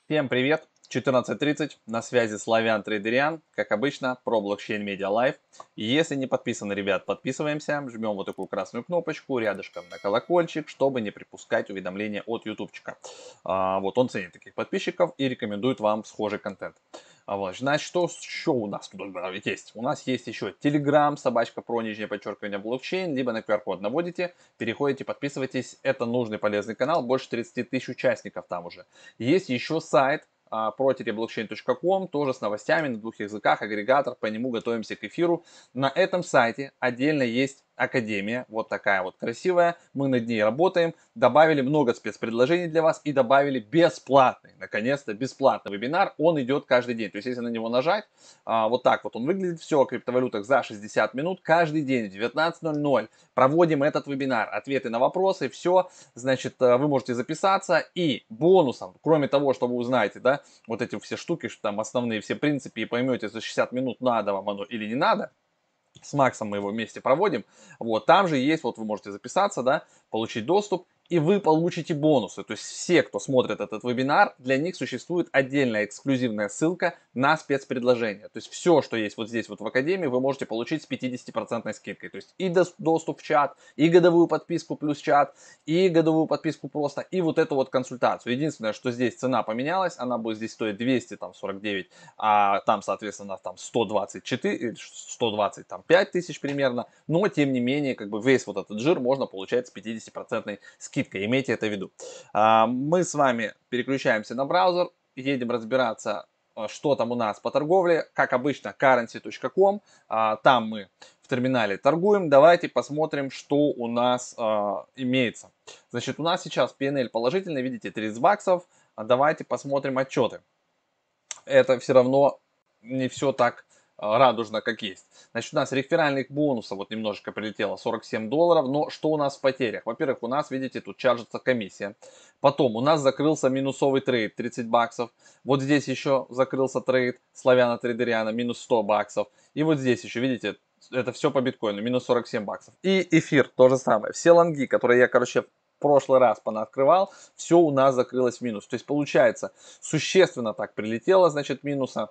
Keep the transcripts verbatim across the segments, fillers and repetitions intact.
Всем привет! четырнадцать тридцать, на связи Славян Трейдериан, как обычно, про блокчейн Media Live. Если не подписаны, ребят, подписываемся, жмем вот такую красную кнопочку, рядышком на колокольчик, чтобы не пропускать уведомления от ютубчика. А, вот он ценит таких подписчиков и рекомендует вам схожий контент. А вот, значит, что еще у нас тут есть? У нас есть еще Telegram, собачка про нижнее подчеркивание блокчейн, либо на ку ар код наводите, переходите, подписывайтесь. Это нужный полезный канал, больше тридцати тысяч участников там уже. Есть еще сайт про блокчейн точка ком, тоже с новостями на двух языках, агрегатор, по нему готовимся к эфиру. На этом сайте отдельно есть академия, вот такая вот красивая, мы над ней работаем, добавили много спецпредложений для вас и добавили бесплатный, наконец-то бесплатный вебинар, он идет каждый день, то есть если на него нажать, вот так вот он выглядит, все о криптовалютах за шестьдесят минут, каждый день в девятнадцать ноль ноль проводим этот вебинар, ответы на вопросы, все, значит, вы можете записаться и бонусом, кроме того, что вы узнаете, да, вот эти все штуки, что там основные все принципы и поймете за шестьдесят минут надо вам оно или не надо, с Максом мы его вместе проводим. Вот, там же есть, вот вы можете записаться, да, получить доступ, и вы получите бонусы. То есть все, кто смотрит этот вебинар, для них существует отдельная эксклюзивная ссылка на спецпредложение. То есть все, что есть вот здесь вот в Академии, вы можете получить с пятидесятипроцентной скидкой. То есть и доступ в чат, и годовую подписку плюс чат, и годовую подписку просто, и вот эту вот консультацию. Единственное, что здесь цена поменялась, она будет здесь стоить двести сорок девять, а там, соответственно, там сто двадцать четыре, сто двадцать пять тысяч примерно. Но, тем не менее, как бы весь вот этот жир можно получать с пятидесятипроцентной скидкой. Имейте это в виду. А, мы с вами переключаемся на браузер, едем разбираться, что там у нас по торговле. Как обычно, currency точка ком. А, там мы в терминале торгуем. Давайте посмотрим, что у нас а, имеется. Значит, у нас сейчас пи эн эль положительный, видите, тридцать баксов. А давайте посмотрим отчеты. Это все равно не все так радужно, как есть. Значит, у нас реферальных бонусов вот немножечко прилетело, сорок семь долларов, но что у нас в потерях? Во-первых, у нас, видите, тут чаржится комиссия. Потом у нас закрылся минусовый трейд, тридцать баксов. Вот здесь еще закрылся трейд Славяна Трейдериана, минус сто баксов. И вот здесь еще, видите, это все по биткоину, минус сорок семь баксов. И эфир, то же самое. Все лонги, которые я, короче, в прошлый раз понаоткрывал, все у нас закрылось в минус. То есть, получается, существенно так прилетело, значит, минуса.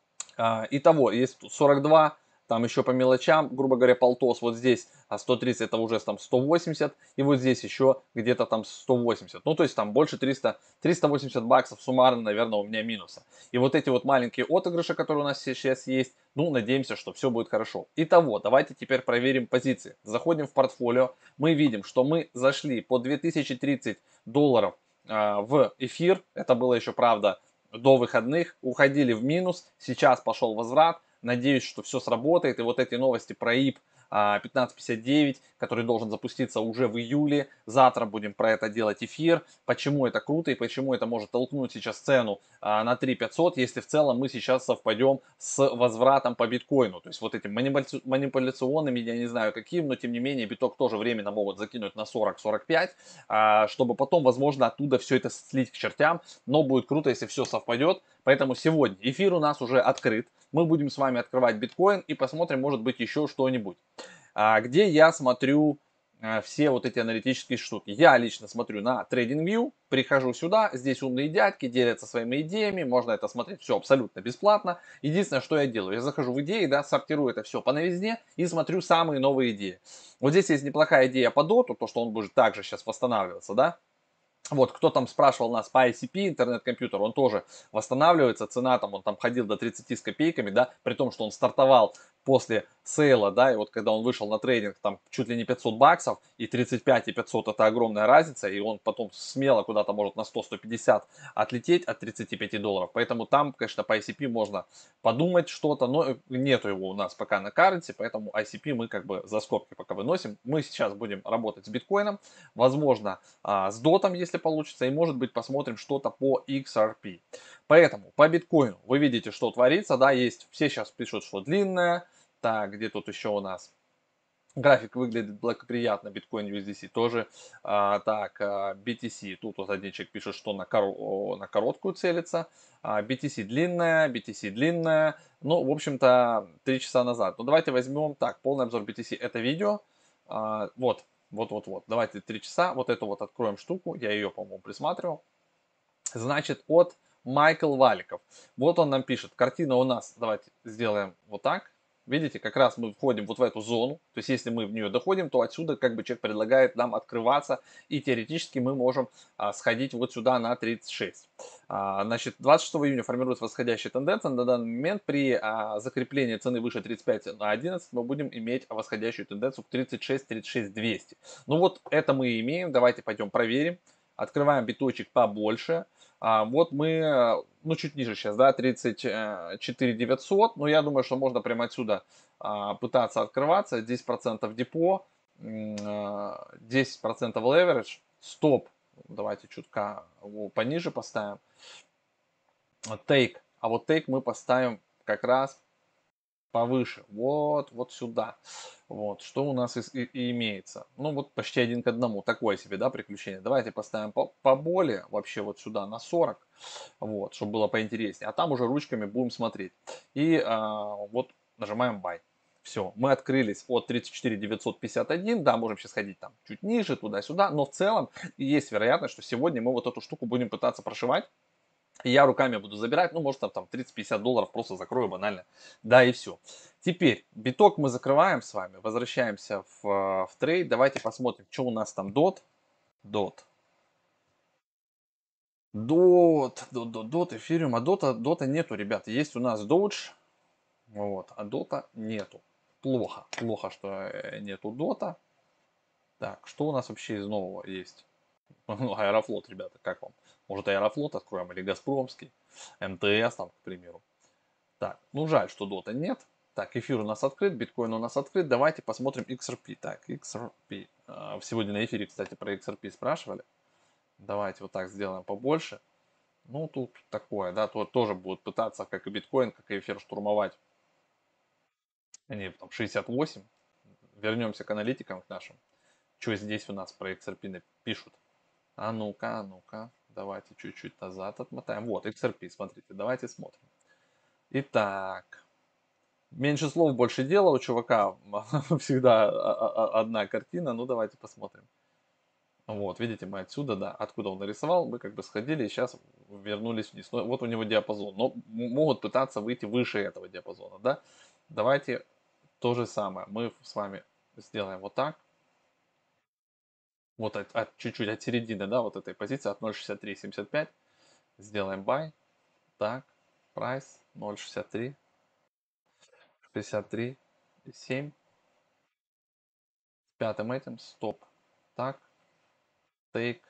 А, итого, есть сорок два, там еще по мелочам, грубо говоря, полтос, вот здесь а сто тридцать это уже там сто восемьдесят, и вот здесь еще где-то там сто восемьдесят. Ну, то есть там больше триста, триста восемьдесят баксов суммарно, наверное, у меня минуса. И вот эти вот маленькие отыгрыши, которые у нас сейчас есть, ну, надеемся, что все будет хорошо. Итого, давайте теперь проверим позиции. Заходим в портфолио, мы видим, что мы зашли по две тысячи тридцать долларов э, в эфир, это было еще, правда, до выходных, уходили в минус, сейчас пошел возврат, надеюсь, что все сработает, и вот эти новости про ай ай пи пятнадцать пятьдесят девять, который должен запуститься уже в июле, завтра будем про это делать эфир, почему это круто и почему это может толкнуть сейчас цену на три пятьсот, если в целом мы сейчас совпадем с возвратом по биткоину, то есть вот этим манипуляционными, я не знаю каким, но тем не менее биток тоже временно могут закинуть на сорок сорок пять, чтобы потом, возможно, оттуда все это слить к чертям, но будет круто, если все совпадет. Поэтому сегодня эфир у нас уже открыт. Мы будем с вами открывать биткоин и посмотрим, может быть, еще что-нибудь. А, где я смотрю а, все вот эти аналитические штуки. Я лично смотрю на TradingView, прихожу сюда, здесь умные дядьки делятся своими идеями, можно это смотреть все абсолютно бесплатно. Единственное, что я делаю, я захожу в идеи, да, сортирую это все по новизне и смотрю самые новые идеи. Вот здесь есть неплохая идея по доту, то, что он будет также сейчас восстанавливаться, да. Вот, кто там спрашивал нас по ай си пи, интернет-компьютер, он тоже восстанавливается, цена там, он там ходил до тридцати с копейками, да, при том, что он стартовал после сейла, да, и вот когда он вышел на трейдинг, там чуть ли не пятьсот баксов, и тридцать пять и пятьсот это огромная разница, и он потом смело куда-то может на сто сто пятьдесят отлететь от тридцати пяти долларов, поэтому там, конечно, по ай си пи можно подумать что-то, но нету его у нас пока на currency, поэтому ай си пи мы как бы за скобки пока выносим. Мы сейчас будем работать с биткоином, возможно, а, с дотом, если получится, и может быть посмотрим что-то по икс ар пи. Поэтому по биткоину вы видите, что творится, да, есть, все сейчас пишут, что длинная, так, где тут еще у нас? График выглядит благоприятно, биткоин ю эс ди си тоже. А, так, а, би ти си, тут вот один человек пишет, что на, кор на короткую целится. А, би ти си длинная, би ти си длинная. Ну, в общем-то, три часа назад. Ну, давайте возьмем, так, полный обзор би ти си, это видео. А, вот, вот-вот-вот, давайте три часа, вот эту вот откроем штуку, я ее, по-моему, присматривал. Значит, от Майкл Валиков. Вот он нам пишет. Картина у нас, давайте сделаем вот так. Видите, как раз мы входим вот в эту зону. То есть, если мы в нее доходим, то отсюда как бы человек предлагает нам открываться. И теоретически мы можем а, сходить вот сюда на тридцать шесть. А, значит, двадцать шестого июня формируется восходящая тенденция. На данный момент при а, закреплении цены выше тридцать пять на одиннадцать мы будем иметь восходящую тенденцию к тридцать шесть тридцать шесть двести. Ну вот это мы имеем. Давайте пойдем проверим. Открываем биточек побольше. А, вот мы, ну чуть ниже сейчас, да, тридцать четыре девятьсот. Но я думаю, что можно прямо отсюда а, пытаться открываться. десять процентов депо, десять процентов leverage, стоп. Давайте чутка его пониже поставим. Take. А вот take мы поставим как раз повыше. Вот, вот сюда. Вот, что у нас и, и, и имеется. Ну, вот почти один к одному. Такое себе, да, приключение. Давайте поставим по, поболее, вообще вот сюда на сорок. Вот, чтобы было поинтереснее. А там уже ручками будем смотреть. И а, вот нажимаем buy. Все, мы открылись от тридцать четыре девятьсот пятьдесят один, да, можем сейчас ходить там чуть ниже, туда-сюда, но в целом есть вероятность, что сегодня мы вот эту штуку будем пытаться прошивать. И я руками буду забирать, ну, может, там тридцать-пятьдесят долларов просто закрою банально. Да, и все. Теперь, биток мы закрываем с вами, возвращаемся в, в трейд. Давайте посмотрим, что у нас там дот. Дот. Дот, дот, дот, дот, эфириум. А дота, дота нету, ребята. Есть у нас додж, вот, а дота нету. Плохо, плохо, что э, нету дота. Так, что у нас вообще из нового есть? Ну, Аэрофлот, ребята, как вам? Может, Аэрофлот откроем или Газпромский? МТС там, к примеру. Так, ну жаль, что дота нет. Так, эфир у нас открыт, биткоин у нас открыт. Давайте посмотрим икс ар пи. Так, икс ар пи. Сегодня на эфире, кстати, про икс ар пи спрашивали. Давайте вот так сделаем побольше. Ну, тут такое, да, тут тоже будут пытаться, как и биткоин, как и эфир, штурмовать. Они там шестьдесят восемь. Вернемся к аналитикам, к нашим. Что здесь у нас про икс ар пи пишут? А ну-ка, а ну-ка. Давайте чуть-чуть назад отмотаем. Вот, икс ар пи, смотрите, давайте смотрим. Итак, меньше слов, больше дела. У чувака всегда одна картина. Ну, давайте посмотрим. Вот, видите, мы отсюда, да, откуда он нарисовал, мы как бы сходили и сейчас вернулись вниз. Но вот у него диапазон. Но могут пытаться выйти выше этого диапазона, да. Давайте то же самое. Мы с вами сделаем вот так. Вот от, от, чуть-чуть от середины, да, вот этой позиции, от ноль шестьдесят три семьдесят пять. Сделаем buy. Так, прайс ноль шестьдесят три шестьдесят три семь. Пятым этим, стоп. Так, take.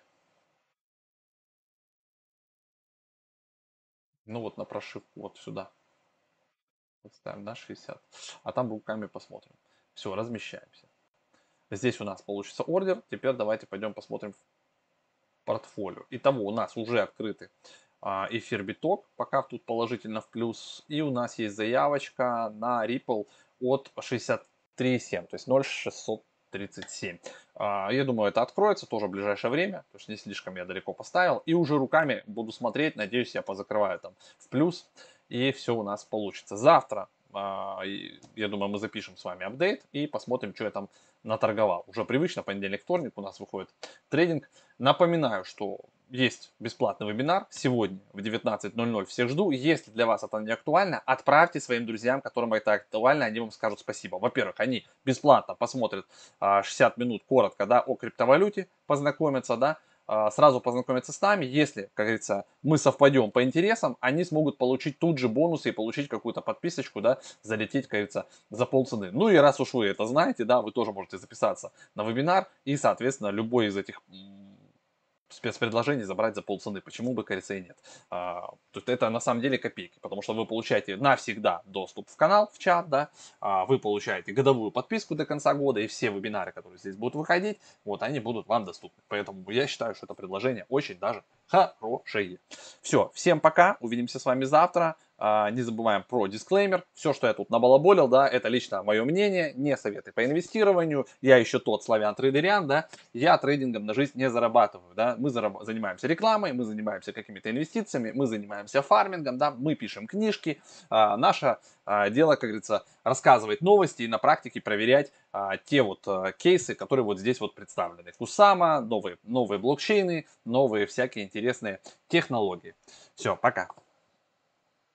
Ну вот на прошивку, вот сюда. Вот ставим, да, шестьдесят. А там руками посмотрим. Все, размещаемся. Здесь у нас получится ордер. Теперь давайте пойдем посмотрим портфолио. Итого у нас уже открыты а, эфир биток, пока тут положительно в плюс. И у нас есть заявочка на Ripple от шестьдесят три семь, то есть ноль шестьсот тридцать семь. А, я думаю, это откроется тоже в ближайшее время, то есть не слишком я далеко поставил. И уже руками буду смотреть, надеюсь, я позакрываю там в плюс, и все у нас получится. Завтра, а, я думаю, мы запишем с вами апдейт и посмотрим, что я там наторговал. Уже привычно, понедельник, вторник у нас выходит трейдинг. Напоминаю, что есть бесплатный вебинар сегодня в девятнадцать ноль ноль. Всех жду. Если для вас это не актуально, отправьте своим друзьям, которым это актуально, они вам скажут спасибо. Во-первых, они бесплатно посмотрят шестьдесят минут коротко, да, о криптовалюте, познакомятся, да, сразу познакомиться с нами. Если, как говорится, мы совпадем по интересам, они смогут получить тут же бонусы и получить какую-то подписочку, да, залететь, как говорится, за полцены. Ну и раз уж вы это знаете, да, вы тоже можете записаться на вебинар и, соответственно, любой из этих спецпредложений забрать за полцены. Почему бы, кажется, и нет. А, то есть это на самом деле копейки, потому что вы получаете навсегда доступ в канал, в чат, да, а, вы получаете годовую подписку до конца года, и все вебинары, которые здесь будут выходить, вот они будут вам доступны. Поэтому я считаю, что это предложение очень даже хорошее. Все, всем пока, увидимся с вами завтра. А, не забываем про дисклеймер. Все, что я тут набалаболил, да, это лично мое мнение, не советы по инвестированию. Я еще тот славян трейдериан, да, я трейдингом на жизнь не зарабатываю, да. Мы зараб- занимаемся рекламой, мы занимаемся какими-то инвестициями, мы занимаемся фармингом, да, мы пишем книжки. А, наше а, дело, как говорится, рассказывать новости и на практике проверять а, те вот а, кейсы, которые вот здесь вот представлены. Кусама, новые, новые блокчейны, новые всякие интересные технологии. Все, пока.